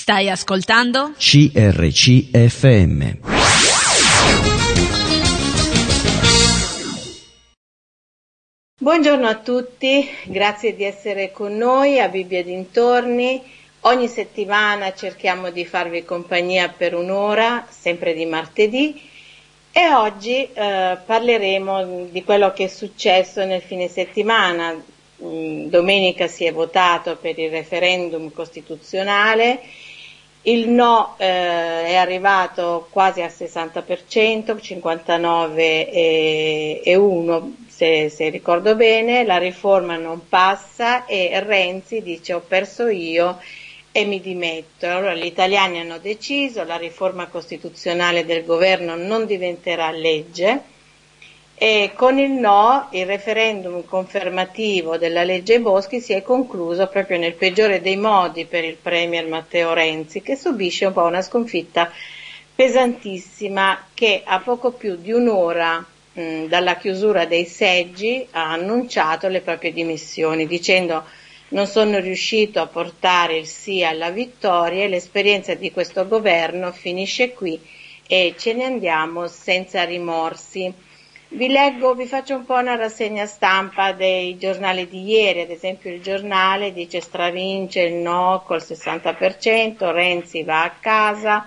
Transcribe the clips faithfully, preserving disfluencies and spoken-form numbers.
Stai ascoltando C R C F M. Buongiorno a tutti, grazie di essere con noi a Bibbia dintorni. Ogni settimana cerchiamo di farvi compagnia per un'ora, sempre di martedì, e oggi eh, parleremo di quello che è successo nel fine settimana. Domenica si è votato per il referendum costituzionale, il no eh, è arrivato quasi al sessanta per cento, cinquantanove e uno se, se ricordo bene, la riforma non passa e Renzi dice ho perso io e mi dimetto. Allora gli italiani hanno deciso, la riforma costituzionale del governo non diventerà legge, e con il no il referendum confermativo della legge Boschi si è concluso proprio nel peggiore dei modi per il premier Matteo Renzi, che subisce un po' una sconfitta pesantissima, che a poco più di un'ora mh, dalla chiusura dei seggi ha annunciato le proprie dimissioni dicendo non sono riuscito a portare il sì alla vittoria e l'esperienza di questo governo finisce qui e ce ne andiamo senza rimorsi. Vi leggo, vi faccio un po' una rassegna stampa dei giornali di ieri. Ad esempio il Giornale dice stravince il no col sessanta per cento, Renzi va a casa,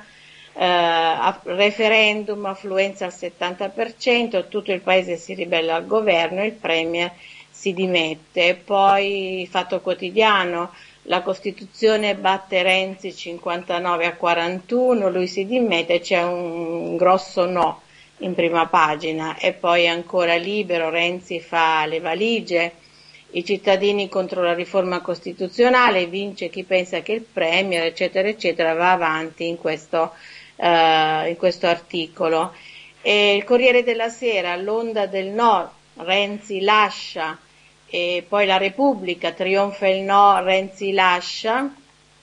eh, referendum affluenza al settanta per cento, tutto il paese si ribella al governo, il premier si dimette. Poi Fatto Quotidiano, la Costituzione batte Renzi cinquantanove a quarantuno, lui si dimette, c'è un grosso no in prima pagina. E poi ancora Libero, Renzi fa le valigie, i cittadini contro la riforma costituzionale, vince chi pensa che il premier, eccetera eccetera, va avanti in questo, uh, in questo articolo. E il Corriere della Sera, l'onda del no, Renzi lascia, e poi la Repubblica, trionfa il no, Renzi lascia.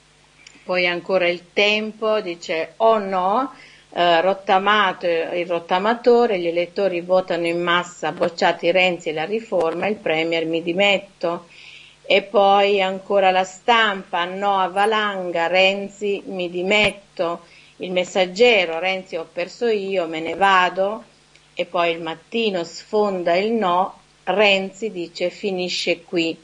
Poi ancora il Tempo dice o no, Uh, rottamato il rottamatore, gli elettori votano in massa, bocciati Renzi e la riforma, il premier mi dimetto. E poi ancora La Stampa, no a valanga, Renzi mi dimetto. Il Messaggero, Renzi ho perso io, me ne vado. E poi il Mattino sfonda il no, Renzi dice finisce qui.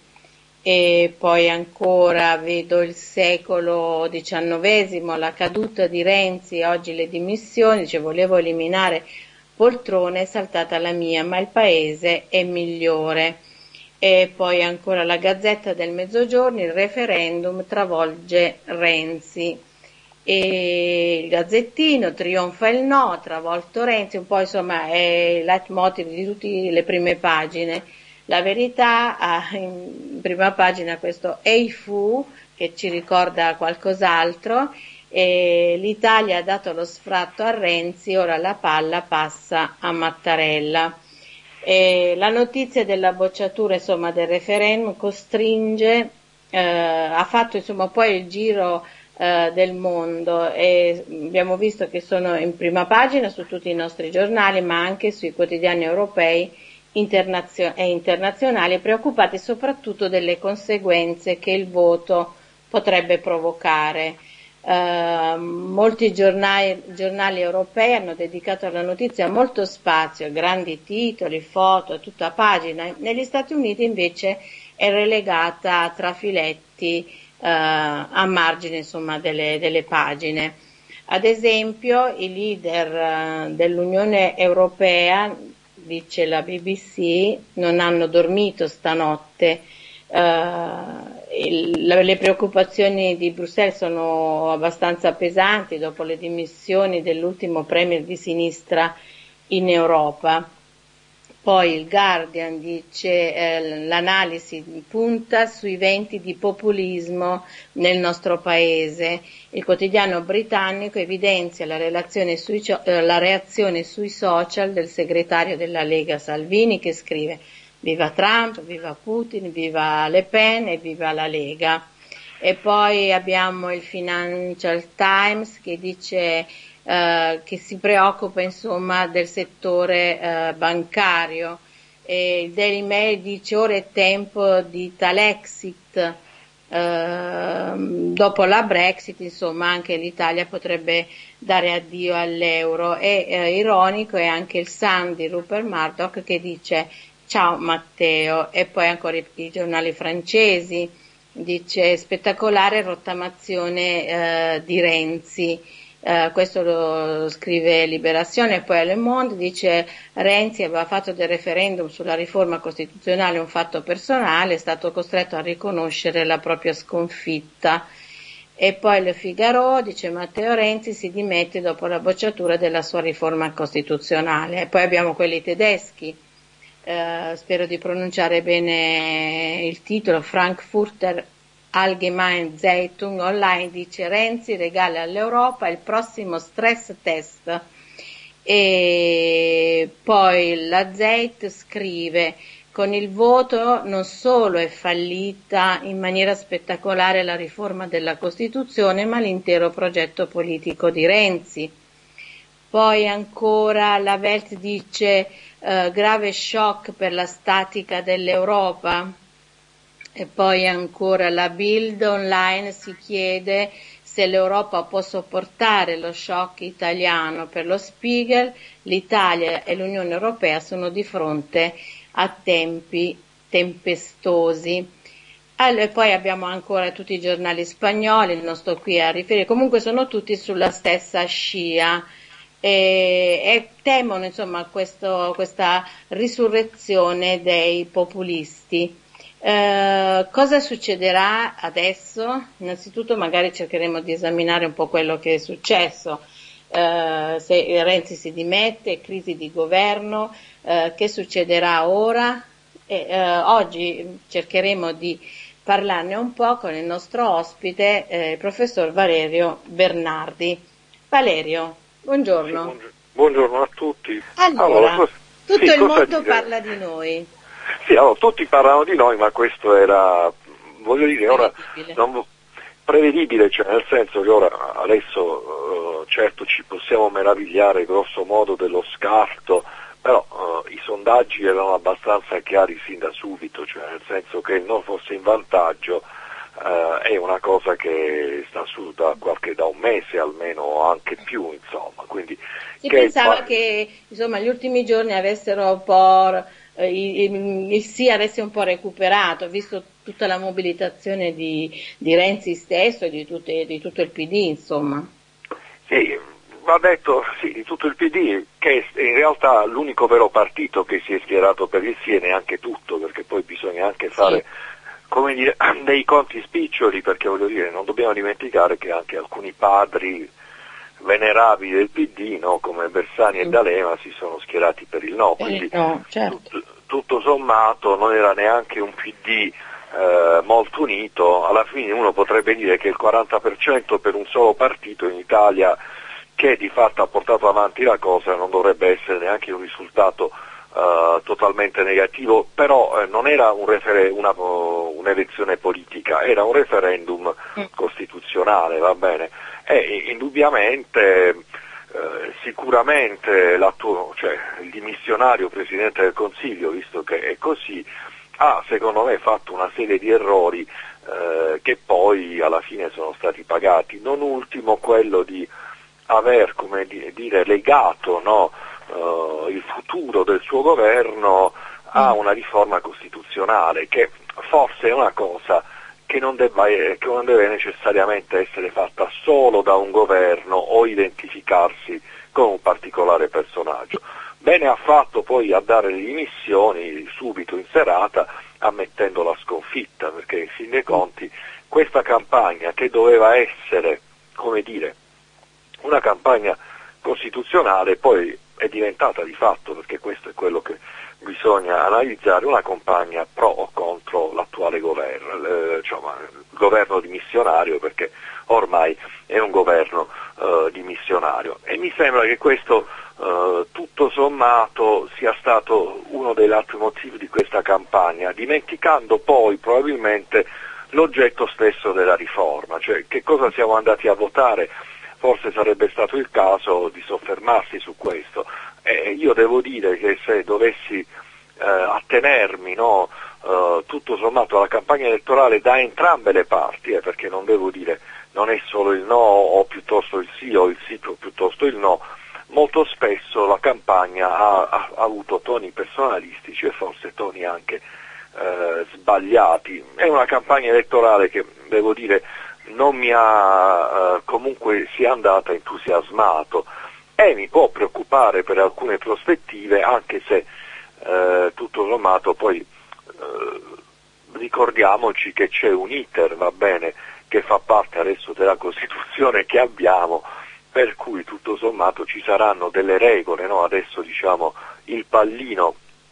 E poi ancora vedo il Secolo diciannovesimo, la caduta di Renzi, oggi le dimissioni, dice volevo eliminare poltrone, è saltata la mia, ma il paese è migliore. E poi ancora la Gazzetta del Mezzogiorno, il referendum travolge Renzi. E il Gazzettino, trionfa il no, travolto Renzi, un po' insomma è il leitmotiv di tutte le prime pagine. La Verità ha in prima pagina questo Ei fu, che ci ricorda qualcos'altro, e l'Italia ha dato lo sfratto a Renzi, ora la palla passa a Mattarella. E la notizia della bocciatura insomma, del referendum costringe, eh, ha fatto insomma, poi il giro eh, del mondo, e abbiamo visto che sono in prima pagina su tutti i nostri giornali, ma anche sui quotidiani europei Internazio- e internazionali, preoccupati soprattutto delle conseguenze che il voto potrebbe provocare. Uh, molti giornali, giornali europei hanno dedicato alla notizia molto spazio, grandi titoli, foto, tutta pagina. Negli Stati Uniti invece è relegata a trafiletti uh, a margine insomma, delle, delle pagine. Ad esempio i leader uh, dell'Unione Europea, dice la B B C, non hanno dormito stanotte. Uh, il, le preoccupazioni di Bruxelles sono abbastanza pesanti dopo le dimissioni dell'ultimo premier di sinistra in Europa. Poi il Guardian dice eh, l'analisi punta sui venti di populismo nel nostro paese. Il quotidiano britannico evidenzia la, relazione sui, eh, la reazione sui social del segretario della Lega Salvini, che scrive viva Trump, viva Putin, viva Le Pen e viva la Lega. E poi abbiamo il Financial Times che dice Uh, che si preoccupa insomma del settore uh, bancario, e il Daily Mail dice ora è tempo di Talexit, eh, dopo la Brexit, insomma, anche l'Italia potrebbe dare addio all'euro. E eh, ironico è anche il Sun di Rupert Murdoch che dice ciao Matteo, e poi ancora i, i giornali francesi, dice spettacolare rottamazione eh, di Renzi. Uh, questo lo scrive Liberazione, e poi Le Monde dice Renzi aveva fatto del referendum sulla riforma costituzionale un fatto personale, è stato costretto a riconoscere la propria sconfitta. E poi Le Figaro dice Matteo Renzi si dimette dopo la bocciatura della sua riforma costituzionale. E poi abbiamo quelli tedeschi, uh, spero di pronunciare bene il titolo, Frankfurter Allgemeine Zeitung online dice Renzi regala all'Europa il prossimo stress test. E poi la Zeit scrive con il voto non solo è fallita in maniera spettacolare la riforma della Costituzione, ma l'intero progetto politico di Renzi. Poi ancora la Welt dice eh, grave shock per la statica dell'Europa. E poi ancora la Bild online si chiede se l'Europa può sopportare lo shock italiano. Per lo Spiegel l'Italia e l'Unione Europea sono di fronte a tempi tempestosi. Allora, e poi abbiamo ancora tutti i giornali spagnoli, non sto qui a riferire, comunque sono tutti sulla stessa scia. E, e temono insomma questo, questa risurrezione dei populisti. Uh, cosa succederà adesso? Innanzitutto magari cercheremo di esaminare un po' quello che è successo, uh, se Renzi si dimette, crisi di governo, uh, che succederà ora? E, uh, oggi cercheremo di parlarne un po' con il nostro ospite, eh, il professor Valerio Bernardi. Valerio, buongiorno. Sì, buongiorno a tutti. Allora, allora tutto sì, il mondo dire? parla di noi. Sì, allora, tutti parlano di noi, ma questo era, voglio dire, ora non, prevedibile, cioè nel senso che ora adesso eh, certo ci possiamo meravigliare grosso modo dello scarto, però eh, i sondaggi erano abbastanza chiari sin da subito, cioè nel senso che il no fosse in vantaggio eh, è una cosa che sta su da qualche da un mese almeno, o anche più, insomma, quindi si che pensava il... che insomma gli ultimi giorni avessero un po' Il, il sì avesse un po' recuperato, visto tutta la mobilitazione di, di Renzi stesso e di, tutte, di tutto il P D, insomma. Sì, va detto, sì, di tutto il P D, che è in realtà l'unico vero partito che si è schierato per il sì, e neanche tutto, perché poi bisogna anche fare, sì, come dire, dei conti spiccioli, perché voglio dire, non dobbiamo dimenticare che anche alcuni padri venerabili del P D, no, come Bersani e D'Alema, si sono schierati per il no, quindi no, certo. tutto, tutto sommato non era neanche un P D eh, molto unito. Alla fine uno potrebbe dire che il quaranta per cento per un solo partito in Italia, che di fatto ha portato avanti la cosa, non dovrebbe essere neanche un risultato eh, totalmente negativo, però eh, non era un refere- una, uh, un'elezione politica, era un referendum mm. costituzionale, va bene? E indubbiamente, eh, sicuramente cioè, il dimissionario Presidente del Consiglio, visto che è così, ha secondo me fatto una serie di errori eh, che poi alla fine sono stati pagati, non ultimo quello di aver, come dire, legato, no, eh, il futuro del suo governo a una riforma costituzionale, che forse è una cosa che non, debba, che non deve necessariamente essere fatta solo da un governo o identificarsi con un particolare personaggio. Bene ha fatto poi a dare le dimissioni subito in serata, ammettendo la sconfitta, perché in fin dei conti questa campagna, che doveva essere, come dire, una campagna costituzionale, poi è diventata di fatto, perché questo è quello che bisogna analizzare, una campagna pro o contro l'attuale governo, eh, cioè, il governo dimissionario, perché ormai è un governo eh, dimissionario, e mi sembra che questo eh, tutto sommato sia stato uno dei leitmotiv di questa campagna, dimenticando poi probabilmente l'oggetto stesso della riforma, cioè che cosa siamo andati a votare. Forse sarebbe stato il caso di soffermarsi su questo. Eh, io devo dire che se dovessi eh, attenermi, no, uh, tutto sommato la campagna elettorale da entrambe le parti, eh, perché non devo dire non è solo il no o piuttosto il sì o il sì o piuttosto il no, molto spesso la campagna ha, ha, ha avuto toni personalistici e forse toni anche eh, sbagliati. È una campagna elettorale che, devo dire, non mi ha eh, comunque sia andata entusiasmato e mi può preoccupare per alcune prospettive, anche se eh, tutto sommato poi eh, ricordiamoci che c'è un iter, va bene, che fa parte adesso della Costituzione che abbiamo, per cui tutto sommato ci saranno delle regole, no? Adesso diciamo il pallino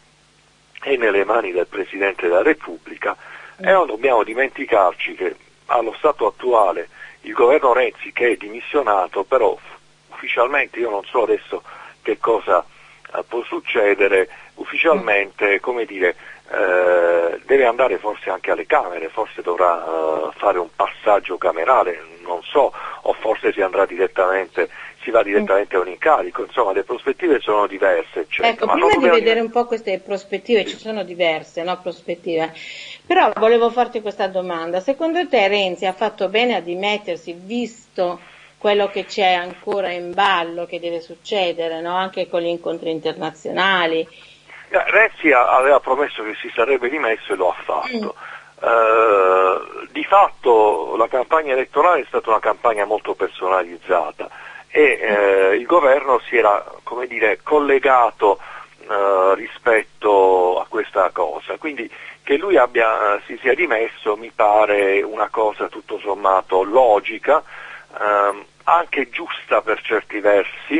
è nelle mani del Presidente della Repubblica e non dobbiamo dimenticarci che allo stato attuale il governo Renzi, che è dimissionato, però ufficialmente io non so adesso che cosa eh, può succedere, ufficialmente, come dire, eh, deve andare forse anche alle Camere, forse dovrà eh, fare un passaggio camerale, non so, o forse si andrà direttamente, si va direttamente a un incarico, insomma le prospettive sono diverse. Eccetera. Ecco, Ma prima non di vedere dire... un po' queste prospettive, ci sono diverse, no, prospettive, però volevo farti questa domanda: secondo te Renzi ha fatto bene a dimettersi, visto quello che c'è ancora in ballo, che deve succedere, no? Anche con gli incontri internazionali? Renzi aveva promesso che si sarebbe dimesso e lo ha fatto. Mm. Uh, di fatto la campagna elettorale è stata una campagna molto personalizzata e uh, il governo si era, come dire, collegato uh, rispetto a questa cosa, quindi che lui abbia, uh, si sia dimesso mi pare una cosa tutto sommato logica, uh, anche giusta per certi versi.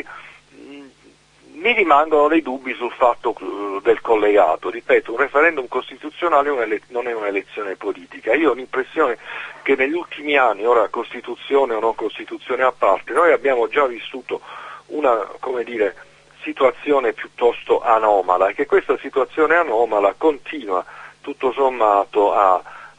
Mi rimangono dei dubbi sul fatto del collegato. Ripeto, un referendum costituzionale non è un'elezione politica. Io ho l'impressione che negli ultimi anni, ora Costituzione o non Costituzione a parte, noi abbiamo già vissuto una, come dire, situazione piuttosto anomala e che questa situazione anomala continua tutto sommato a,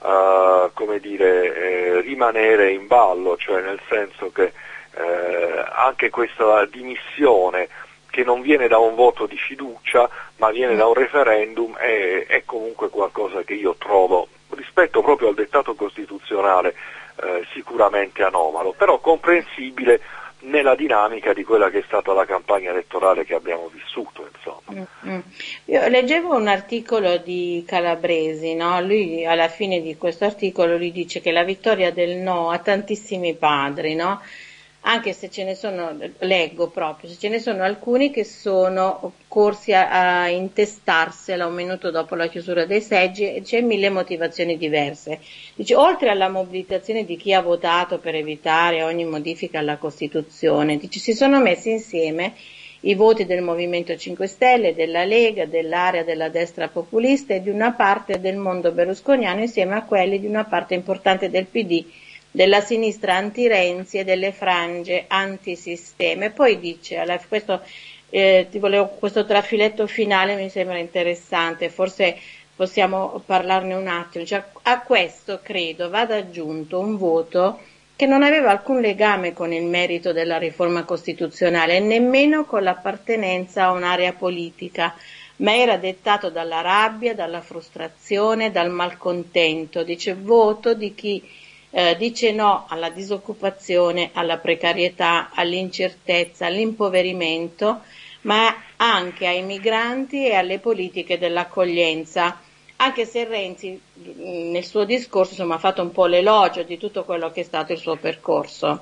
a come dire, eh, rimanere in ballo, cioè nel senso che eh, anche questa dimissione che non viene da un voto di fiducia ma viene da un referendum è, è comunque qualcosa che io trovo, rispetto proprio al dettato costituzionale, eh, sicuramente anomalo, però comprensibile nella dinamica di quella che è stata la campagna elettorale che abbiamo vissuto, insomma. Mm-hmm. Io leggevo un articolo di Calabresi, no? Lui alla fine di questo articolo lui dice che la vittoria del no ha tantissimi padri, no? Anche se ce ne sono, leggo proprio, se ce ne sono alcuni che sono corsi a, a intestarsela un minuto dopo la chiusura dei seggi, e c'è mille motivazioni diverse. Dice, oltre alla mobilitazione di chi ha votato per evitare ogni modifica alla Costituzione, dice, si sono messi insieme i voti del Movimento cinque Stelle, della Lega, dell'area della destra populista e di una parte del mondo berlusconiano insieme a quelli di una parte importante del P D, della sinistra anti-Renzi e delle frange antisistema. E poi dice, alla, questo, eh, ti volevo, questo trafiletto finale mi sembra interessante, forse possiamo parlarne un attimo. Cioè, a questo credo vada aggiunto un voto che non aveva alcun legame con il merito della riforma costituzionale e nemmeno con l'appartenenza a un'area politica, ma era dettato dalla rabbia, dalla frustrazione, dal malcontento. Dice, voto di chi Eh, dice no alla disoccupazione, alla precarietà, all'incertezza, all'impoverimento, ma anche ai migranti e alle politiche dell'accoglienza, anche se Renzi nel suo discorso insomma, ha fatto un po' l'elogio di tutto quello che è stato il suo percorso.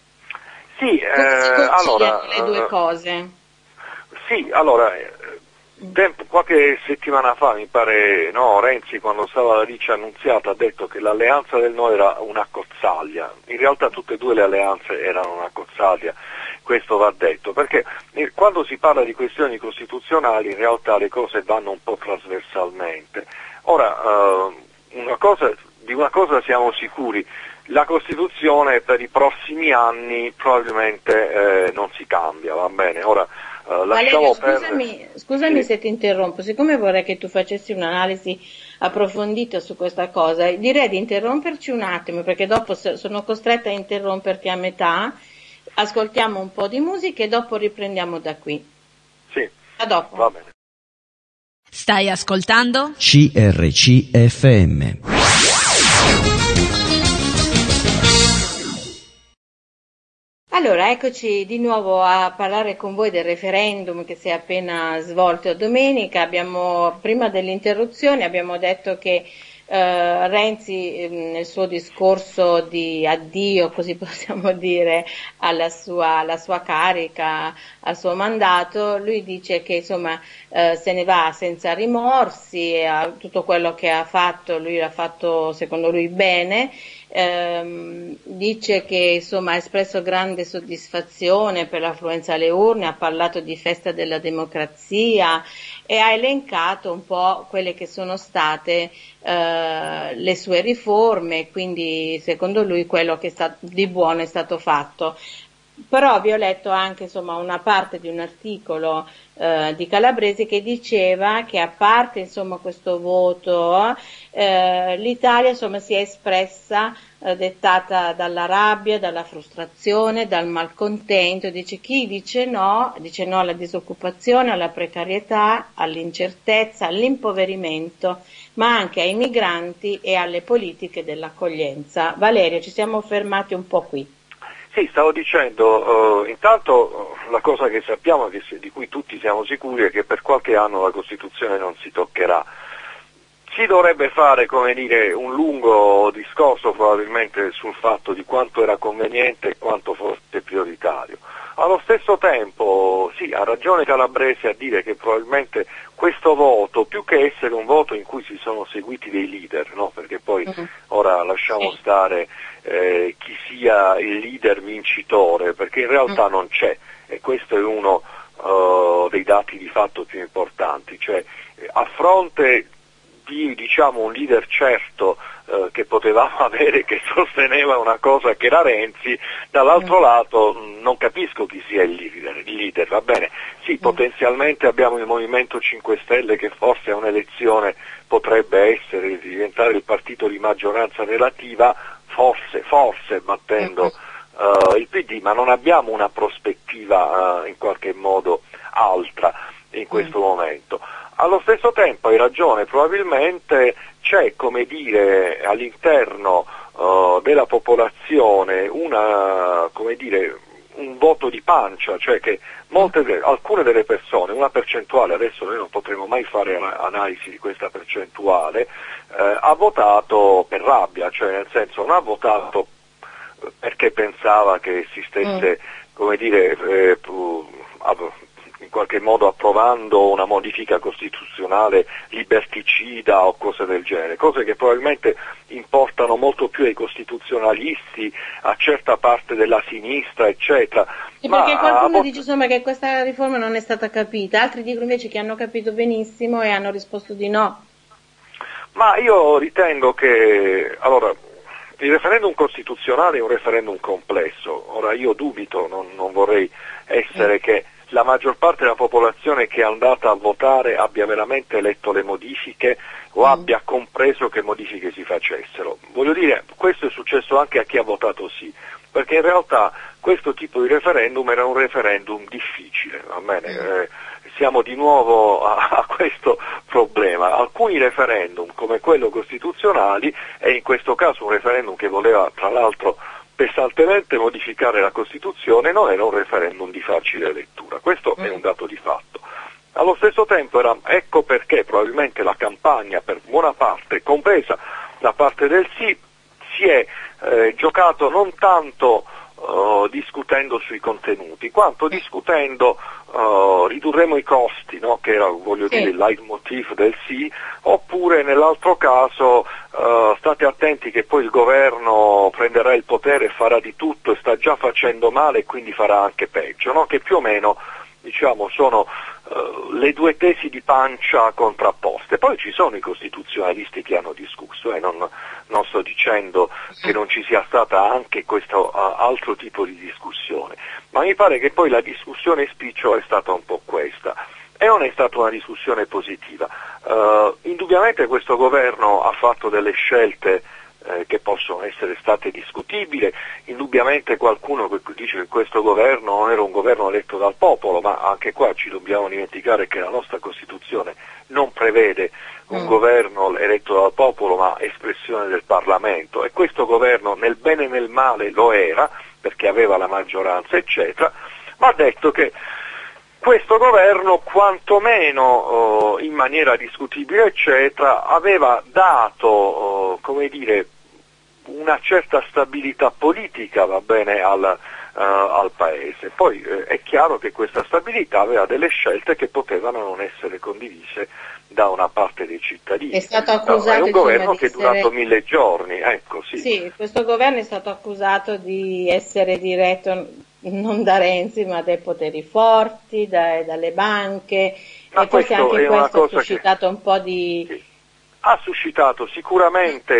Sì, eh, allora, le due cose? Sì, allora, tempo, qualche settimana fa mi pare, no, Renzi quando stava alla Riccia Annunziata ha detto che l'alleanza del no era una cozzaglia. In realtà tutte e due le alleanze erano una cozzaglia, questo va detto, perché quando si parla di questioni costituzionali in realtà le cose vanno un po' trasversalmente. Ora, eh, una cosa, di una cosa siamo sicuri, la Costituzione per i prossimi anni probabilmente eh, non si cambia, va bene? Ora, Uh, Valerio, scusami, per... scusami sì. se ti interrompo, siccome vorrei che tu facessi un'analisi approfondita su questa cosa, direi di interromperci un attimo, perché dopo sono costretta a interromperti a metà, ascoltiamo un po' di musica e dopo riprendiamo da qui. Sì, a dopo. Va bene. Stai ascoltando? C R C F M. Allora, eccoci di nuovo a parlare con voi del referendum che si è appena svolto domenica. Abbiamo, prima dell'interruzione abbiamo detto che eh, Renzi eh, nel suo discorso di addio, così possiamo dire, alla sua, alla sua carica, al suo mandato, lui dice che insomma eh, se ne va senza rimorsi, e a tutto quello che ha fatto lui l'ha fatto secondo lui bene. Ehm, dice che insomma ha espresso grande soddisfazione per l'affluenza alle urne, ha parlato di festa della democrazia e ha elencato un po' quelle che sono state eh, le sue riforme, quindi secondo lui quello che sta, di buono è stato fatto. Però vi ho letto anche insomma una parte di un articolo eh, di Calabresi che diceva che a parte insomma questo voto eh, l'Italia insomma si è espressa eh, dettata dalla rabbia, dalla frustrazione, dal malcontento. Dice chi dice no, dice no alla disoccupazione, alla precarietà, all'incertezza, all'impoverimento, ma anche ai migranti e alle politiche dell'accoglienza. Valerio, ci siamo fermati un po' qui. Sì, stavo dicendo, uh, intanto uh, la cosa che sappiamo, che se, di cui tutti siamo sicuri, è che per qualche anno la Costituzione non si toccherà. Si dovrebbe fare, come dire, un lungo discorso probabilmente sul fatto di quanto era conveniente e quanto fosse prioritario. Allo stesso tempo, sì, ha ragione Calabresi a dire che probabilmente questo voto, più che essere un voto in cui si sono seguiti dei leader, no? Perché poi ora lasciamo stare eh, chi sia il leader vincitore, perché in realtà non c'è, e questo è uno uh, dei dati di fatto più importanti, cioè a fronte di diciamo un leader certo eh, che potevamo avere, che sosteneva una cosa che era Renzi, dall'altro mm. lato mh, non capisco chi sia il leader, il leader, va bene, sì, mm. potenzialmente abbiamo il Movimento cinque Stelle che forse a un'elezione potrebbe essere, diventare il partito di maggioranza relativa, forse, forse battendo mm. uh, il P D, ma non abbiamo una prospettiva uh, in qualche modo altra in questo mm. momento. Allo stesso tempo hai ragione, probabilmente c'è, come dire, all'interno uh, della popolazione una, come dire, un voto di pancia, cioè che molte, alcune delle persone, una percentuale, adesso noi non potremo mai fare analisi di questa percentuale, eh, ha votato per rabbia, cioè nel senso non ha votato perché pensava che si stesse, mm. come dire, eh, in qualche modo approvando una modifica costituzionale liberticida o cose del genere, cose che probabilmente importano molto più ai costituzionalisti, a certa parte della sinistra, eccetera. E perché Ma qualcuno dice insomma che questa riforma non è stata capita, altri dicono invece che hanno capito benissimo e hanno risposto di no. Ma io ritengo che, allora, il referendum costituzionale è un referendum complesso, ora io dubito, non, non vorrei essere mm. che la maggior parte della popolazione che è andata a votare abbia veramente letto le modifiche o mm. abbia compreso che modifiche si facessero. Voglio dire, questo è successo anche a chi ha votato sì, perché in realtà questo tipo di referendum era un referendum difficile, va bene? Mm. Eh, siamo di nuovo a, a questo problema. Alcuni referendum, come quello costituzionali, e in questo caso un referendum che voleva tra l'altro pesantemente modificare la Costituzione, non era un referendum di facile lettura, questo mm. è un dato di fatto. Allo stesso tempo era, ecco perché probabilmente la campagna per buona parte, compresa la parte del sì, si è eh, giocato non tanto uh, discutendo sui contenuti, quanto discutendo uh, ridurremo i costi, no? Che era, voglio sì. dire, il leitmotiv del sì, oppure nell'altro caso uh, state attenti che poi il governo prenderà il potere e farà di tutto e sta già facendo male e quindi farà anche peggio, no? Che più o meno diciamo sono uh, le due tesi di pancia contrapposte. Poi ci sono i costituzionalisti che hanno discusso, eh, non, non sto dicendo che non ci sia stata anche questo uh, altro tipo di discussione, ma mi pare che poi la discussione spiccio è stata un po' questa e non è stata una discussione positiva. Uh, indubbiamente questo governo ha fatto delle scelte eh, che possono essere state discutibili. Indubbiamente qualcuno dice che questo governo non era un governo eletto dal popolo, ma anche qua ci dobbiamo dimenticare che la nostra Costituzione non prevede un mm. governo eletto dal popolo ma espressione del Parlamento, e questo governo nel bene e nel male lo era perché aveva la maggioranza eccetera, ma ha detto che questo governo quantomeno oh, in maniera discutibile eccetera aveva dato oh, come dire una certa stabilità politica, va bene, al, uh, al Paese. Poi eh, è chiaro che questa stabilità aveva delle scelte che potevano non essere condivise da una parte dei cittadini. È stato accusato, no, è un governo che è essere... durato mille giorni, ecco sì. Sì, questo governo è stato accusato di essere diretto non da Renzi ma dai poteri forti, dai, dalle banche, ma e forse anche questo ha suscitato che... un po' di... Sì. Ha suscitato sicuramente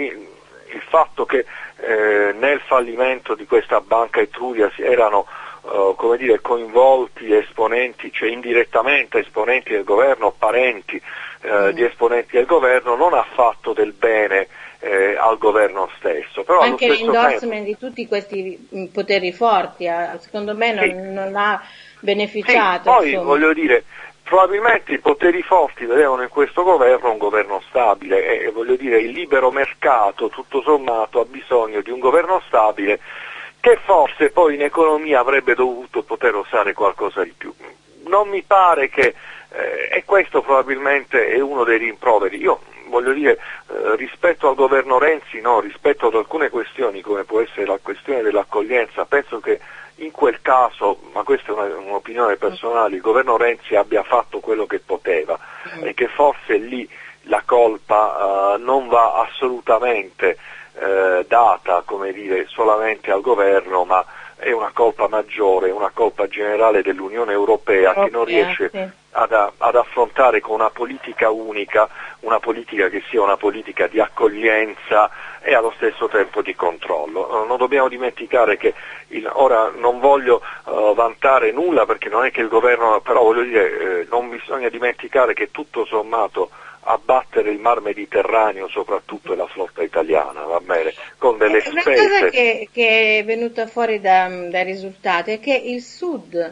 il fatto che eh, nel fallimento di questa banca Etruria erano uh, come dire, coinvolti esponenti, cioè indirettamente esponenti del governo, parenti eh, mm. di esponenti del governo, non ha fatto del bene eh, al governo stesso. Però anche l'endorsement tempo... di tutti questi poteri forti, secondo me non, sì. non ha beneficiato. Sì, poi insomma. voglio dire, probabilmente i poteri forti vedevano in questo governo un governo stabile e, e voglio dire il libero mercato tutto sommato ha bisogno di un governo stabile che forse poi in economia avrebbe dovuto poter usare qualcosa di più. Non mi pare che, eh, e questo probabilmente è uno dei rimproveri. Io voglio dire, eh, rispetto al governo Renzi, no, rispetto ad alcune questioni come può essere la questione dell'accoglienza, penso che in quel caso, ma questa è una, un'opinione personale, il governo Renzi abbia fatto quello che poteva e che forse lì la colpa uh, non va assolutamente uh, data, come dire, solamente al governo, ma è una colpa maggiore, una colpa generale dell'Unione Europea che non riesce sì. ad, ad affrontare con una politica unica, una politica che sia una politica di accoglienza e allo stesso tempo di controllo. Non dobbiamo dimenticare che il, ora non voglio uh, vantare nulla perché non è che il governo, però voglio dire, eh, non bisogna dimenticare che tutto sommato abbattere il mar Mediterraneo soprattutto è la flotta italiana, va bene, con delle una spese. Una cosa che, che è venuta fuori da, dai risultati è che il sud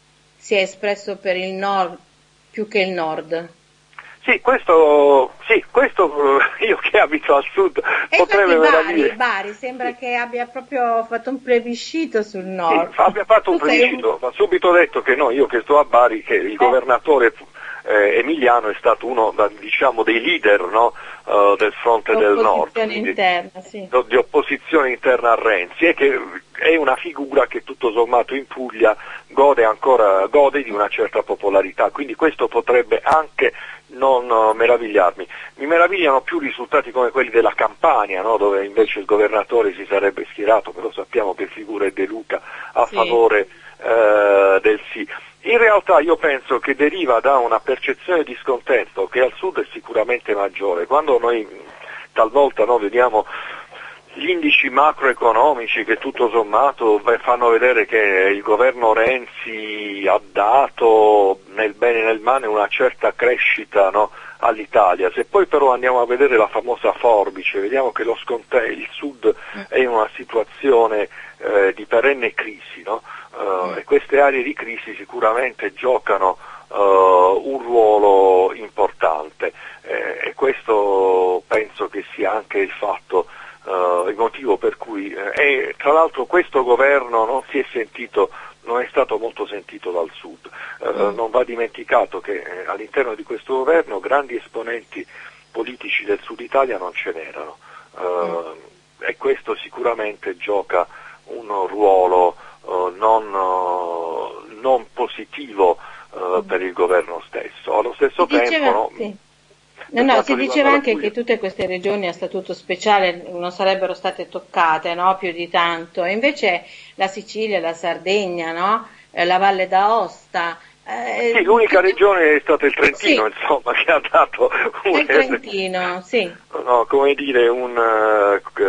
si è espresso per il nord più che il nord. Sì, questo, sì, questo io che abito al sud e potrebbe Bari, Bari sembra che abbia proprio fatto un plebiscito sul nord. Sì, abbia fatto un tu plebiscito, un... ma subito detto che no, io che sto a Bari, che il eh. governatore eh, Emiliano è stato uno da, diciamo dei leader no, uh, del fronte del nord, interna, sì. di, di opposizione interna a Renzi, e che è una figura che tutto sommato in Puglia gode ancora gode di una certa popolarità, quindi questo potrebbe anche non uh, meravigliarmi. Mi meravigliano più risultati come quelli della Campania, no? Dove invece il governatore si sarebbe schierato, però sappiamo che figura è De Luca a sì. favore uh, del sì. In realtà io penso che deriva da una percezione di scontento che al sud è sicuramente maggiore. Quando noi talvolta no, vediamo gli indici macroeconomici che tutto sommato fanno vedere che il governo Renzi ha dato nel bene e nel male una certa crescita no, all'Italia, se poi però andiamo a vedere la famosa forbice, vediamo che lo sconte- il sud è in una situazione eh, di perenne crisi, no? Uh, e queste aree di crisi sicuramente giocano uh, un ruolo importante eh, e questo penso che sia anche il fatto Uh, il motivo per cui eh, e tra l'altro questo governo non si è sentito, non è stato molto sentito dal sud, uh, mm. non va dimenticato che eh, all'interno di questo governo grandi esponenti politici del sud Italia non ce n'erano uh, mm. e questo sicuramente gioca un ruolo uh, non, uh, non positivo uh, mm. per il governo stesso. Allo stesso si tempo diceva, no, sì. No, no, si diceva anche che tutte queste regioni a statuto speciale non sarebbero state toccate, no, più di tanto, e invece la Sicilia, la Sardegna, no, la Valle d'Aosta. Eh, sì, l'unica che... regione è stata il Trentino, sì. insomma, che ha dato un... Il Trentino, sì. No, come dire, un uh,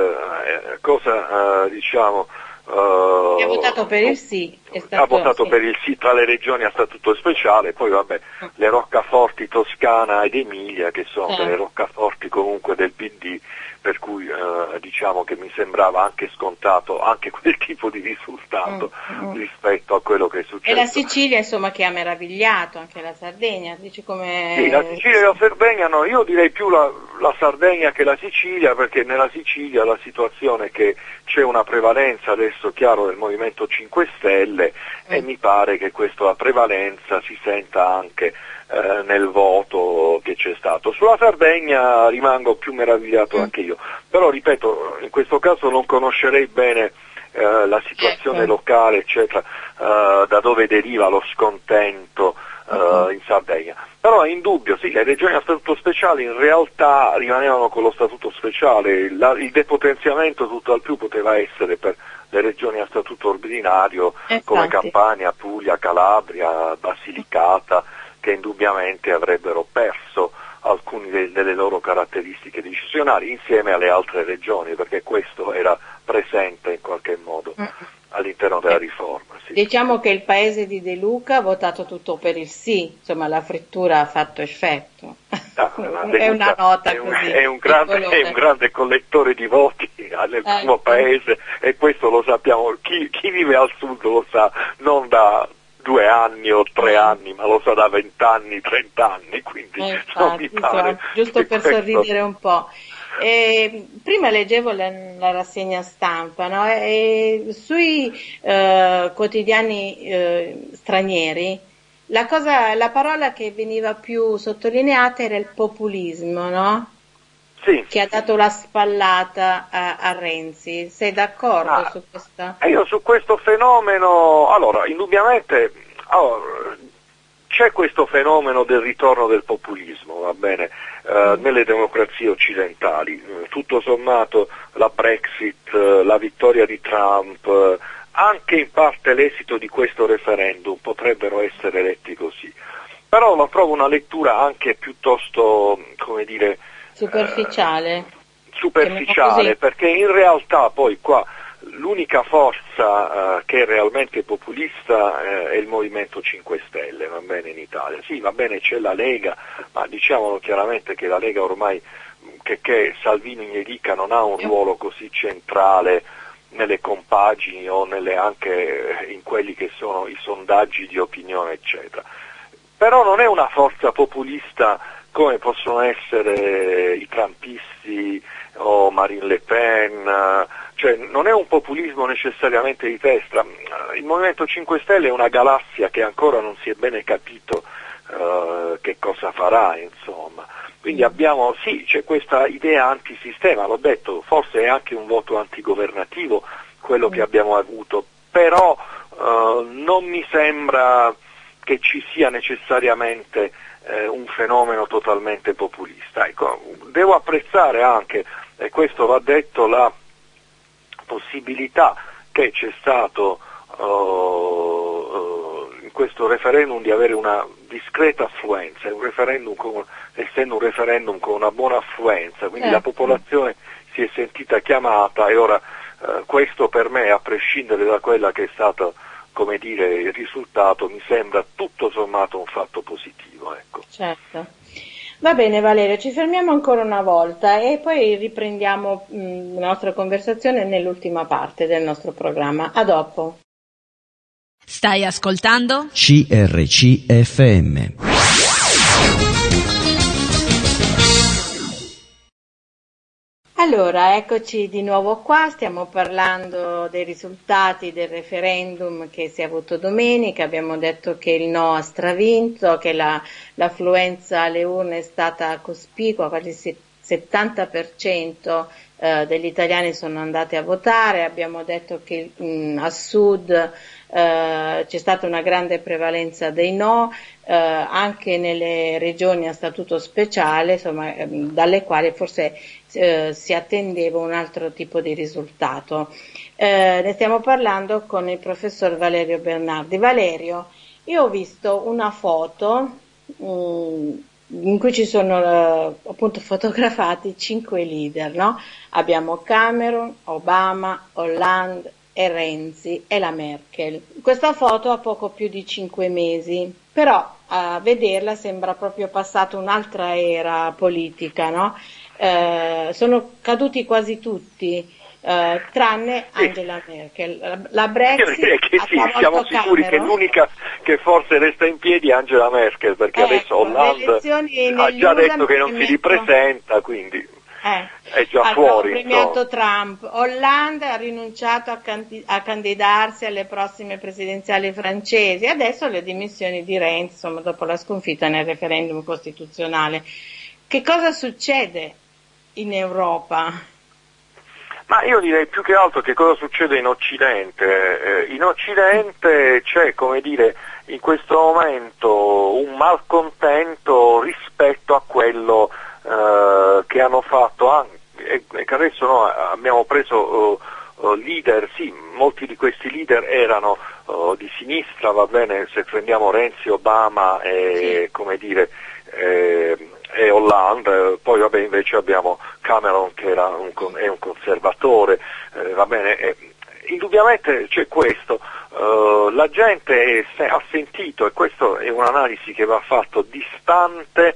cosa, uh, diciamo... Uh, che ha votato per il sì. È stato, ha votato sì. per il sì tra le regioni a statuto speciale, poi vabbè, uh. le roccaforti Toscana ed Emilia, che sono uh. delle roccaforti comunque del P D, per cui eh, diciamo che mi sembrava anche scontato anche quel tipo di risultato mm, mm. rispetto a quello che è successo. E la Sicilia insomma che ha meravigliato, anche la Sardegna, dici come... Sì, la Sicilia e la Sardegna no, io direi più la, la Sardegna che la Sicilia, perché nella Sicilia la situazione è che c'è una prevalenza adesso chiaro del Movimento cinque Stelle mm. e mi pare che questa prevalenza si senta anche eh, nel voto che c'è stato. Sulla Sardegna rimango più meravigliato mm. anche io, però ripeto, in questo caso non conoscerei bene eh, la situazione certo. locale, eccetera, eh, da dove deriva lo scontento Uh, in Sardegna. Però è indubbio, sì, le regioni a statuto speciale in realtà rimanevano con lo statuto speciale, La, il depotenziamento tutto al più poteva essere per le regioni a statuto ordinario Infatti. come Campania, Puglia, Calabria, Basilicata, che indubbiamente avrebbero perso alcune de- delle loro caratteristiche decisionali insieme alle altre regioni, perché questo era presente in qualche modo mm. all'interno della riforma. Sì. Diciamo che il paese di De Luca ha votato tutto per il sì, insomma la frittura ha fatto effetto. Ah, è una nota è un, così. È un, grande, è un grande collettore di voti nel eh, suo paese e questo lo sappiamo, chi, chi vive al sud lo sa, non da due anni o tre anni, ma lo sa da vent'anni, trent'anni, quindi eh, infatti, non mi pare. Insomma, giusto per questo... sorridere un po'. Eh, prima leggevo la, la rassegna stampa, no? E sui eh, quotidiani eh, stranieri la cosa, la parola che veniva più sottolineata era il populismo, no? Sì. Che ha dato la spallata a, a Renzi. Sei d'accordo ah, su questa? Io su questo fenomeno, allora, indubbiamente allora, c'è questo fenomeno del ritorno del populismo, va bene, eh, mm. nelle democrazie occidentali. Tutto sommato la Brexit, la vittoria di Trump, anche in parte l'esito di questo referendum potrebbero essere letti così. Però la trovo una lettura anche piuttosto, come dire, superficiale. Eh, superficiale, perché in realtà poi qua l'unica forza eh, che è realmente populista eh, è il Movimento cinque Stelle, va bene, in Italia. Sì, va bene, c'è la Lega, ma diciamolo chiaramente che la Lega ormai, che, che Salvini ne dica, non ha un ruolo così centrale nelle compagini o nelle, anche in quelli che sono i sondaggi di opinione, eccetera. Però non è una forza populista come possono essere i trumpisti o Marine Le Pen, cioè non è un populismo necessariamente di destra. Il Movimento cinque Stelle è una galassia che ancora non si è bene capito uh, che cosa farà, insomma. Quindi abbiamo, sì, c'è questa idea antisistema, l'ho detto, forse è anche un voto antigovernativo quello che abbiamo avuto, però uh, non mi sembra che ci sia necessariamente eh, un fenomeno totalmente populista. Ecco, devo apprezzare anche, e questo va detto, la possibilità che c'è stato uh, in questo referendum di avere una discreta affluenza, è un referendum con, essendo un referendum con una buona affluenza, quindi certo. La popolazione si è sentita chiamata e ora uh, questo per me, a prescindere da quella che è stato, come dire, il risultato, mi sembra tutto sommato un fatto positivo, ecco. Certo. Va bene Valerio, ci fermiamo ancora una volta e poi riprendiamo mh, la nostra conversazione nell'ultima parte del nostro programma. A dopo. Stai ascoltando? C R C F M. Allora, eccoci di nuovo qua, stiamo parlando dei risultati del referendum che si è avuto domenica, abbiamo detto che il no ha stravinto, che la, l'affluenza alle urne è stata cospicua, quasi il settanta per cento eh, degli italiani sono andati a votare, abbiamo detto che mh, a sud eh, c'è stata una grande prevalenza dei no, eh, anche nelle regioni a statuto speciale, insomma, eh, dalle quali forse Eh, si attendeva un altro tipo di risultato. Eh, ne stiamo parlando con il professor Valerio Bernardi. Valerio, io ho visto una foto mh, in cui ci sono eh, appunto fotografati cinque leader, no? Abbiamo Cameron, Obama, Hollande e Renzi e la Merkel. Questa foto ha poco più di cinque mesi, però a vederla sembra proprio passata un'altra era politica, no? eh, sono caduti quasi tutti. Uh, tranne sì. Angela Merkel. La, la Brexit Io direi che sì, siamo sicuri Cameron. che l'unica che forse resta in piedi è Angela Merkel, perché ecco, adesso Hollande ha già detto che non si ripresenta, quindi eh, è già hanno fuori. premiato No. Trump. Hollande ha rinunciato a, candi- a candidarsi alle prossime presidenziali francesi, adesso le dimissioni di Renzi, insomma, dopo la sconfitta nel referendum costituzionale. Che cosa succede in Europa? Ma io direi più che altro che cosa succede in Occidente. Eh, in Occidente c'è, come dire, in questo momento un malcontento rispetto a quello eh, che hanno fatto anche, e, e che adesso no, abbiamo preso uh, uh, leader, sì, molti di questi leader erano uh, di sinistra, va bene, se prendiamo Renzi, Obama e, sì. come dire, eh, e Hollande, poi vabbè invece abbiamo Cameron che era un, è un conservatore, eh, va bene, eh, indubbiamente c'è questo, uh, la gente è, ha sentito, e questa è un'analisi che va fatto distante,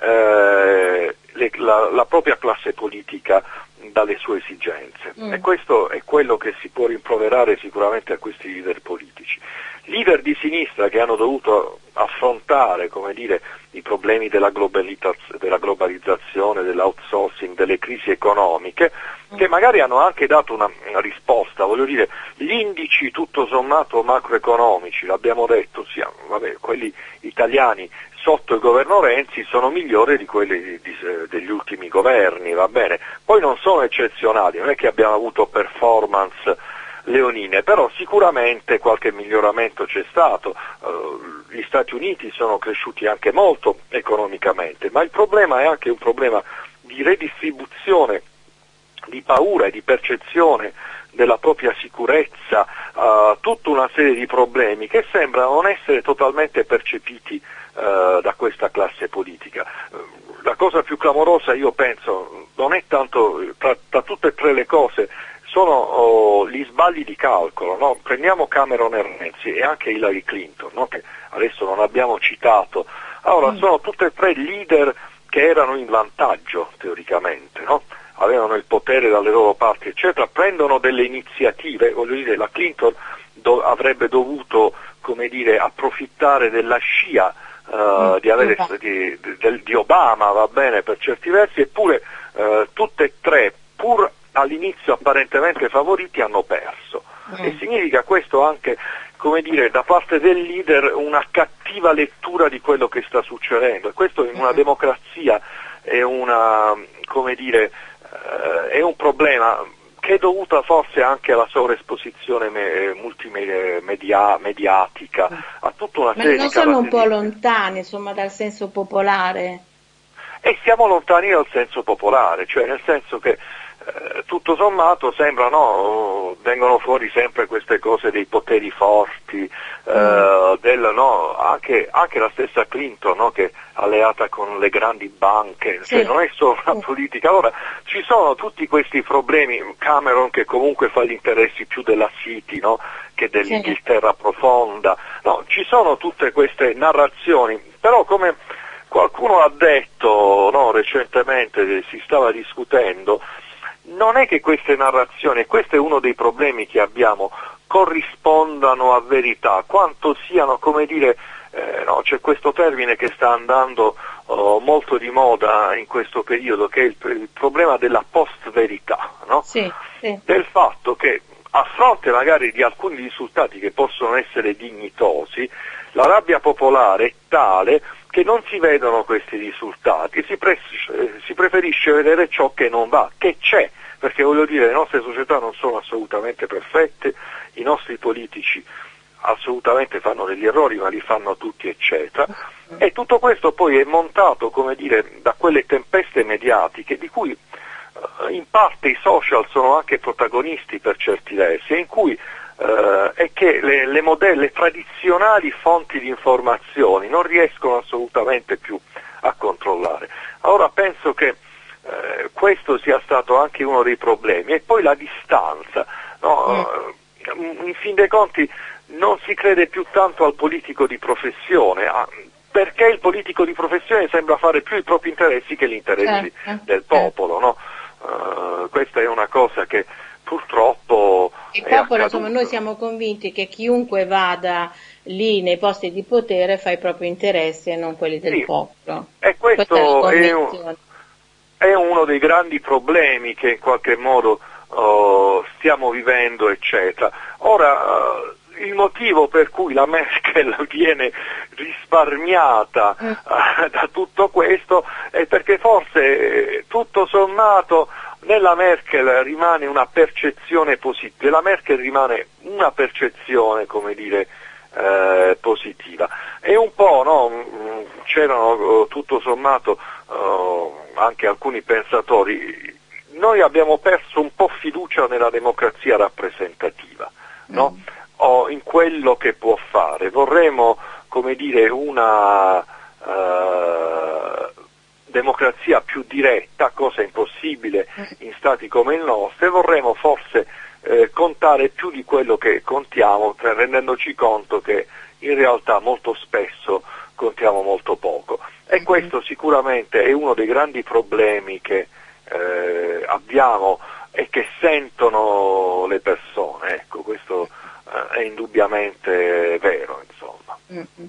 eh, le, la, la propria classe politica dalle sue esigenze, mm. e questo è quello che si può rimproverare sicuramente a questi leader politici. Leader di sinistra che hanno dovuto affrontare, come dire, i problemi della, globalizz- della globalizzazione, dell'outsourcing, delle crisi economiche, che magari hanno anche dato una, una risposta, voglio dire, gli indici tutto sommato macroeconomici, l'abbiamo detto, sì, vabbè, quelli italiani sotto il governo Renzi sono migliori di quelli di, di, degli ultimi governi, va bene, poi non sono eccezionali, non è che abbiamo avuto performance leonine, però sicuramente qualche miglioramento c'è stato, uh, gli Stati Uniti sono cresciuti anche molto economicamente, ma il problema è anche un problema di redistribuzione, di paura e di percezione della propria sicurezza, uh, tutta una serie di problemi che sembrano non essere totalmente percepiti uh, da questa classe politica. Uh, la cosa più clamorosa, io penso, non è tanto, tra, tra tutte e tre le cose, sono oh, gli sbagli di calcolo, no? Prendiamo Cameron e Renzi e anche Hillary Clinton, no? Che adesso non abbiamo citato, allora mm. sono tutte e tre leader che erano in vantaggio teoricamente, no? Avevano il potere dalle loro parti eccetera, prendono delle iniziative, voglio dire la Clinton do- avrebbe dovuto, come dire, approfittare della scia uh, mm. di, avere, di, di, di Obama, va bene, per certi versi, eppure uh, tutte e tre, pur all'inizio apparentemente favoriti, hanno perso. Mm. E significa questo anche, come dire, da parte del leader una cattiva lettura di quello che sta succedendo, e questo in una mm. democrazia è una, come dire, eh, è un problema che è dovuta forse anche alla sovraesposizione me, multimedia mediatica, mm. a tutta una serie di caratteristiche. Ma non sono un po' lontani, insomma, dal senso popolare? E siamo lontani dal senso popolare, cioè nel senso che Eh, tutto sommato sembra, no, vengono fuori sempre queste cose dei poteri forti, eh, del, no, anche, anche la stessa Clinton, no, che è alleata con le grandi banche, sì. Cioè non è solo una politica, ora ci sono tutti questi problemi, Cameron che comunque fa gli interessi più della City, no, che dell'Inghilterra sì. profonda, no, ci sono tutte queste narrazioni, però come qualcuno ha detto, no, recentemente si stava discutendo, non è che queste narrazioni, e questo è uno dei problemi che abbiamo, corrispondano a verità, quanto siano, come dire, eh, no, c'è questo termine che sta andando oh, molto di moda in questo periodo, che è il, il problema della post-verità, no? Sì, sì. Del fatto che a fronte magari di alcuni risultati che possono essere dignitosi, la rabbia popolare è tale che non si vedono questi risultati, si, pre- si preferisce vedere ciò che non va, che c'è, perché voglio dire le nostre società non sono assolutamente perfette, i nostri politici assolutamente fanno degli errori, ma li fanno tutti eccetera, e tutto questo poi è montato, come dire, da quelle tempeste mediatiche di cui uh, in parte i social sono anche protagonisti per certi versi, e in cui Uh, è che le, le, modelle, le tradizionali fonti di informazioni non riescono assolutamente più a controllare. Allora penso che uh, questo sia stato anche uno dei problemi, e poi la distanza, no? uh, in fin dei conti non si crede più tanto al politico di professione, ah, perché il politico di professione sembra fare più i propri interessi che gli interessi certo, del popolo, no? Uh, questa è una cosa che purtroppo il è popolo, insomma, accaduta. noi siamo convinti che chiunque vada lì nei posti di potere fa i propri interessi e non quelli del Sì, popolo. e Questa questo è la è, un, convinzione. è uno dei grandi problemi che in qualche modo uh, stiamo vivendo, eccetera. Ora, uh, il motivo per cui la Merkel viene risparmiata Mm. uh, da tutto questo è perché forse tutto sommato nella Merkel rimane una percezione positiva, della Merkel rimane una percezione, come dire, eh, positiva. E un po', no, c'erano tutto sommato uh, anche alcuni pensatori, noi abbiamo perso un po' fiducia nella democrazia rappresentativa, no? Mm. O in quello che può fare. Vorremmo, come dire, una uh, democrazia più diretta, cosa impossibile in stati come il nostro, e vorremmo forse eh, contare più di quello che contiamo, rendendoci conto che in realtà molto spesso contiamo molto poco. E questo sicuramente è uno dei grandi problemi che eh, abbiamo e che sentono le persone, ecco, questo eh, è indubbiamente vero, insomma. Mm-hmm.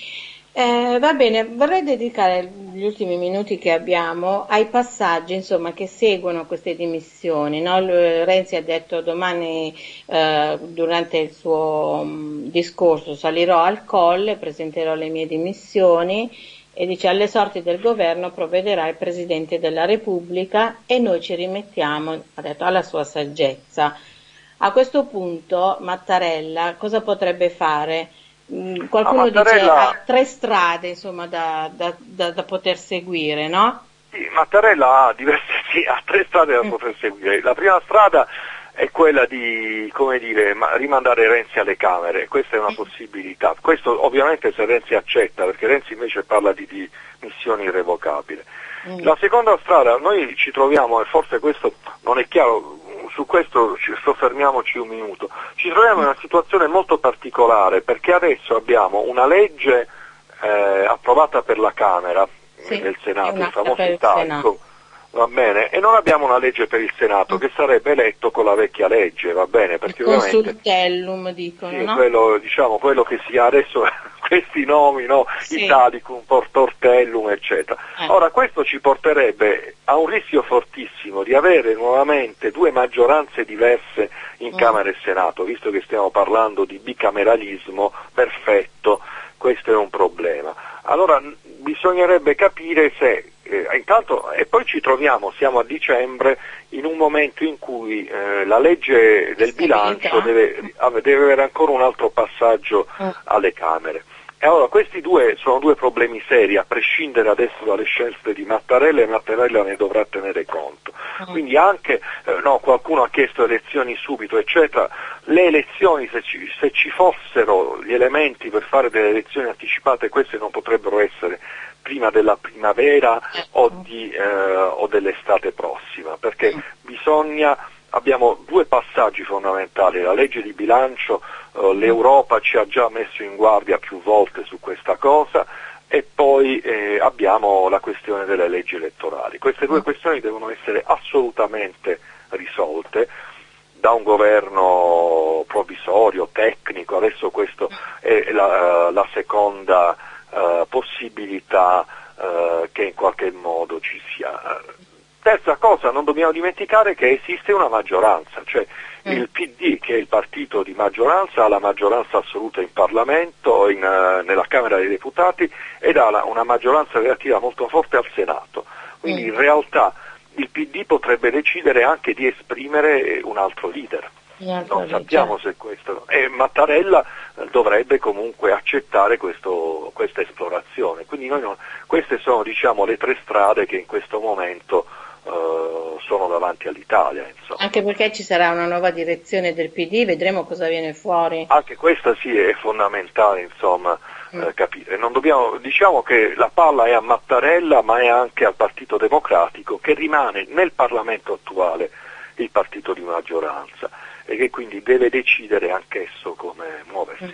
Eh, va bene, vorrei dedicare gli ultimi minuti che abbiamo ai passaggi, insomma, che seguono queste dimissioni, no? Renzi ha detto domani eh, durante il suo mh, discorso salirò al Colle, presenterò le mie dimissioni e dice alle sorti del governo provvederà il Presidente della Repubblica e noi ci rimettiamo, ha detto, alla sua saggezza. A questo punto Mattarella cosa potrebbe fare? Qualcuno ah, Mattarella... dice ha tre strade, insomma, da, da, da, da poter seguire, no? Sì, Mattarella ha diverse, sì, ha tre strade da mm. poter seguire. La prima strada è quella di, come dire, rimandare Renzi alle Camere, questa è una mm. possibilità. Questo ovviamente se Renzi accetta, perché Renzi invece parla di, di missioni irrevocabili. Mm. La seconda strada, noi ci troviamo, e forse questo non è chiaro, su questo ci soffermiamoci un minuto, ci troviamo in una situazione molto particolare perché adesso abbiamo una legge eh, approvata per la Camera, sì, del Senato, il famoso Italico, va bene, e non abbiamo una legge per il Senato mm. che sarebbe eletto con la vecchia legge, va bene, perché il ovviamente consultellum dicono, sì, no? quello, diciamo, quello che si ha adesso questi nomi, no? Sì. Italicum, Portortellum, eccetera. Eh. Ora questo ci porterebbe a un rischio fortissimo di avere nuovamente due maggioranze diverse in mm. Camera e Senato, visto che stiamo parlando di bicameralismo perfetto, questo è un problema. Allora bisognerebbe capire se eh, intanto, e poi ci troviamo, siamo a dicembre, in un momento in cui eh, la legge del bilancio deve, deve avere ancora un altro passaggio alle Camere. E allora questi due sono due problemi seri, a prescindere adesso dalle scelte di Mattarella, e Mattarella ne dovrà tenere conto. Quindi anche, eh, no, qualcuno ha chiesto elezioni subito, eccetera, le elezioni, se ci, se ci fossero gli elementi per fare delle elezioni anticipate, queste non potrebbero essere prima della primavera o, di, eh, o dell'estate prossima, perché bisogna, abbiamo due passaggi fondamentali, la legge di bilancio, eh, l'Europa ci ha già messo in guardia più volte su questa cosa, e poi eh, abbiamo la questione delle leggi elettorali. Queste due questioni devono essere assolutamente risolte da un governo provvisorio, tecnico, adesso questa è la, la seconda uh, possibilità uh, che in qualche modo ci sia. Terza cosa, non dobbiamo dimenticare che esiste una maggioranza, cioè mm. il P D, che è il partito di maggioranza, ha la maggioranza assoluta in Parlamento, in, uh, nella Camera dei Deputati, ed ha la, una maggioranza relativa molto forte al Senato. Quindi mm. in realtà il P D potrebbe decidere anche di esprimere un altro leader. Non sappiamo se questo. E Mattarella dovrebbe comunque accettare questo, questa esplorazione. Quindi noi non, queste sono, diciamo, le tre strade che in questo momento uh, sono davanti all'Italia. Insomma. Anche perché ci sarà una nuova direzione del P D, vedremo cosa viene fuori. Anche questa sì è fondamentale, insomma. Eh, capire. Non dobbiamo, diciamo che la palla è a Mattarella, ma è anche al Partito Democratico, che rimane nel Parlamento attuale il partito di maggioranza e che quindi deve decidere anch'esso come muoversi, insomma.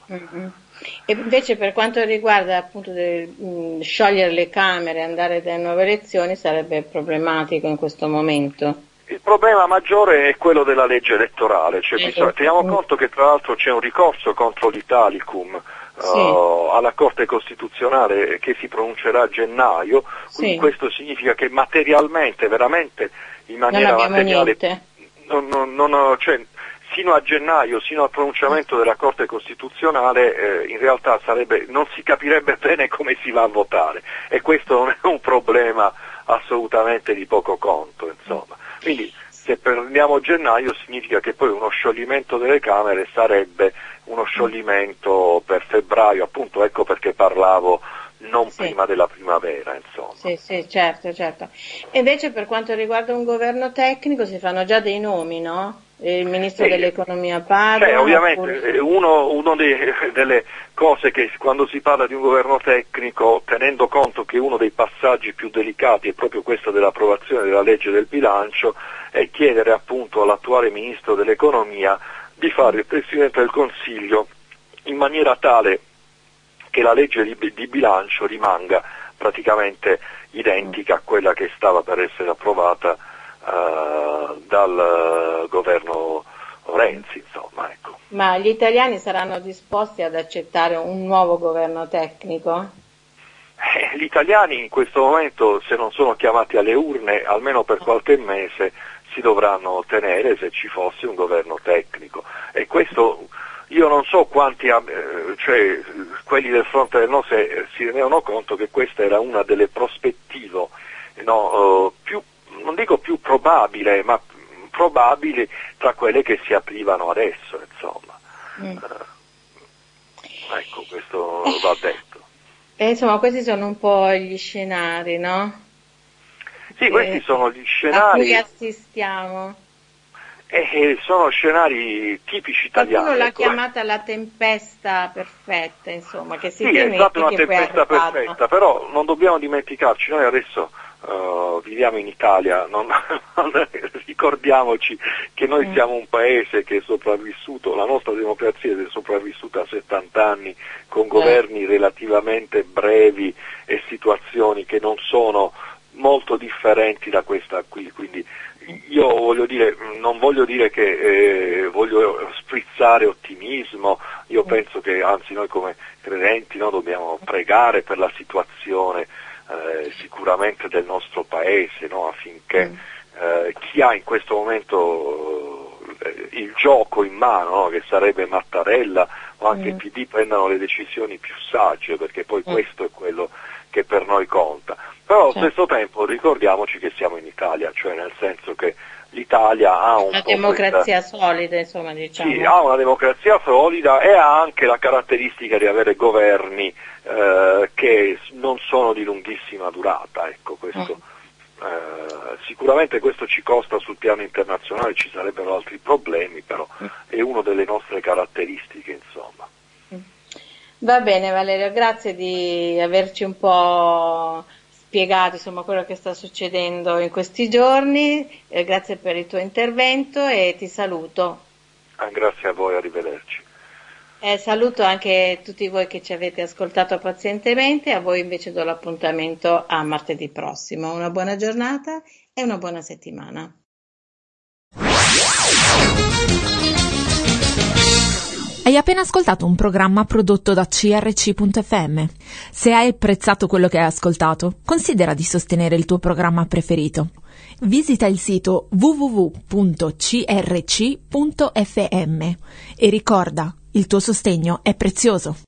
Mm-hmm. E invece per quanto riguarda appunto del, mh, sciogliere le Camere e andare alle nuove elezioni sarebbe problematico in questo momento. Il problema maggiore è quello della legge elettorale, cioè bisogna, teniamo conto che tra l'altro c'è un ricorso contro l'Italicum sì. uh, alla Corte Costituzionale che si pronuncerà a gennaio, quindi sì. questo significa che materialmente, veramente in maniera non materiale, non, non, non, cioè, sino a gennaio, sino al pronunciamento della Corte Costituzionale, eh, in realtà sarebbe, non si capirebbe bene come si va a votare, e questo non è un problema assolutamente di poco conto, insomma. Quindi se prendiamo gennaio significa che poi uno scioglimento delle Camere sarebbe uno scioglimento per febbraio, appunto, ecco perché parlavo non sì. prima della primavera, insomma. Sì, sì, certo, certo. E invece per quanto riguarda un governo tecnico si fanno già dei nomi, no? Il ministro sì. dell'economia parla. Cioè, ovviamente oppure... uno, uno dei, delle cose che quando si parla di un governo tecnico, tenendo conto che uno dei passaggi più delicati è proprio questo dell'approvazione della legge del bilancio, è chiedere appunto all'attuale ministro dell'economia di fare il Presidente del Consiglio in maniera tale che la legge di, di bilancio rimanga praticamente identica a quella che stava per essere approvata Uh, dal uh, governo Renzi, insomma, ecco. Ma gli italiani saranno disposti ad accettare un nuovo governo tecnico? Eh, gli italiani in questo momento, se non sono chiamati alle urne, almeno per qualche mese si dovranno tenere se ci fosse un governo tecnico, e questo io non so quanti, eh, cioè quelli del fronte del no se si rendevano conto che questa era una delle prospettive no, uh, più non dico più probabile, ma probabili tra quelle che si aprivano adesso, insomma. Mm. Uh, ecco, questo eh. va detto. E insomma, questi sono un po' gli scenari, no? Sì, questi sono gli scenari a cui assistiamo. Eh, sono scenari tipici italiani. Qualcuno l'ha ecco. chiamata la tempesta perfetta, insomma, che si sì, è stata una tempesta perfetta, però non dobbiamo dimenticarci, noi adesso Uh, viviamo in Italia, non, non, ricordiamoci che noi mm. siamo un paese che è sopravvissuto, la nostra democrazia è sopravvissuta a settanta anni con eh. governi relativamente brevi e situazioni che non sono molto differenti da questa qui, quindi io voglio dire, non voglio dire che eh, voglio sprizzare ottimismo, io mm. penso che anzi noi come credenti no, dobbiamo pregare per la situazione Eh, sicuramente del nostro paese, no? affinché mm. eh, chi ha in questo momento eh, il gioco in mano, no? che sarebbe Mattarella o anche mm. il P D, prendano le decisioni più sagge, perché poi mm. questo è quello che per noi conta. Però allo certo. stesso tempo ricordiamoci che siamo in Italia, cioè nel senso che l'Italia ha un una democrazia questa... solida, insomma, diciamo. Sì, ha una democrazia solida e ha anche la caratteristica di avere governi eh, che non sono di lunghissima durata, ecco, questo mm. eh, sicuramente questo ci costa sul piano internazionale, ci sarebbero altri problemi, però mm. è una delle nostre caratteristiche, insomma. Mm. Va bene Valerio, grazie di averci un po' spiegato insomma quello che sta succedendo in questi giorni, eh, grazie per il tuo intervento e ti saluto. Ah, grazie a voi, arrivederci. Eh, saluto anche tutti voi che ci avete ascoltato pazientemente, a voi invece do l'appuntamento a martedì prossimo. Una buona giornata e una buona settimana. Hai appena ascoltato un programma prodotto da C R C punto F M. Se hai apprezzato quello che hai ascoltato, considera di sostenere il tuo programma preferito. Visita il sito w w w punto c r c punto f m e ricorda, il tuo sostegno è prezioso.